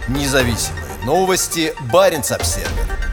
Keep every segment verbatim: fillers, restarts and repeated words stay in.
Независимые новости. Баренц-Обсервер.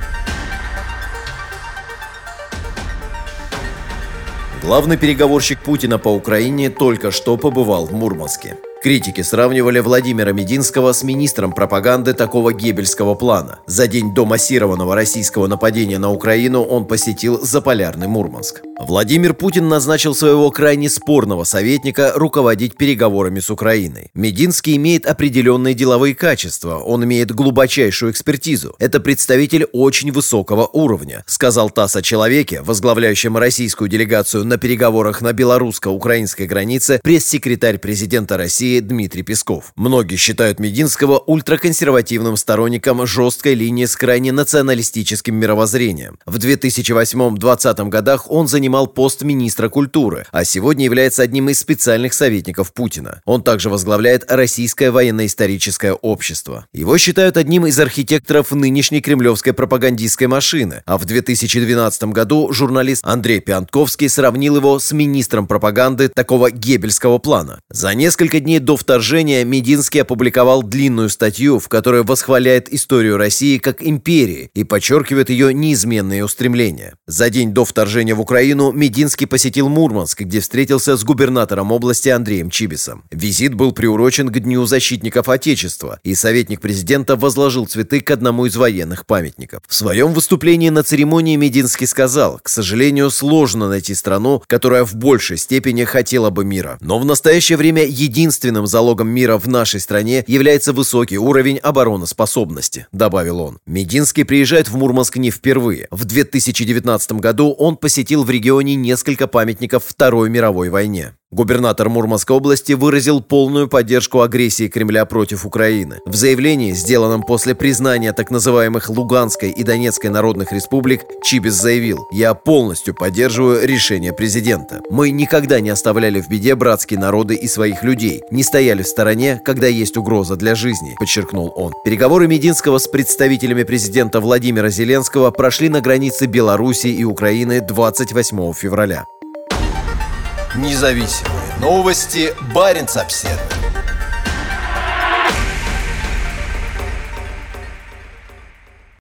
Главный переговорщик Путина по Украине только что побывал в Мурманске. Критики сравнивали Владимира Мединского с министром пропаганды такого геббельского плана. За день до массированного российского нападения на Украину он посетил заполярный Мурманск. Владимир Путин назначил своего крайне спорного советника руководить переговорами с Украиной. Мединский имеет определенные деловые качества, он имеет глубочайшую экспертизу. Это представитель очень высокого уровня, сказал ТАСС о человеке, возглавляющем российскую делегацию на переговорах на белорусско-украинской границе, пресс-секретарь президента России Дмитрий Песков. Многие считают Мединского ультраконсервативным сторонником жесткой линии с крайне националистическим мировоззрением. В две тысячи восьмом — две тысячи двадцатом годах он занимал пост министра культуры, а сегодня является одним из специальных советников Путина. Он также возглавляет Российское военно-историческое общество. Его считают одним из архитекторов нынешней кремлевской пропагандистской машины, а в две тысячи двенадцатом году журналист Андрей Пиантковский сравнил его с министром пропаганды такого геббельского плана. За несколько дней до вторжения Мединский опубликовал длинную статью, в которой восхваляет историю России как империи и подчеркивает ее неизменные устремления. За день до вторжения в Украину Мединский посетил Мурманск, где встретился с губернатором области Андреем Чибисом. Визит был приурочен к Дню защитников Отечества, и советник президента возложил цветы к одному из военных памятников. В своем выступлении на церемонии Мединский сказал: «К сожалению, сложно найти страну, которая в большей степени хотела бы мира. Но в настоящее время единственным залогом мира в нашей стране является высокий уровень обороноспособности», — добавил он. Мединский приезжает в Мурманск не впервые. В две тысячи девятнадцатом году он посетил в регионе несколько памятников Второй мировой войне. Губернатор Мурманской области выразил полную поддержку агрессии Кремля против Украины. В заявлении, сделанном после признания так называемых Луганской и Донецкой народных республик, Чибис заявил: «Я полностью поддерживаю решение президента. Мы никогда не оставляли в беде братские народы и своих людей, не стояли в стороне, когда есть угроза для жизни», — подчеркнул он. Переговоры Мединского с представителями президента Владимира Зеленского прошли на границе Беларуси и Украины двадцать восьмого февраля. Независимые новости. Баренц-Обсервер.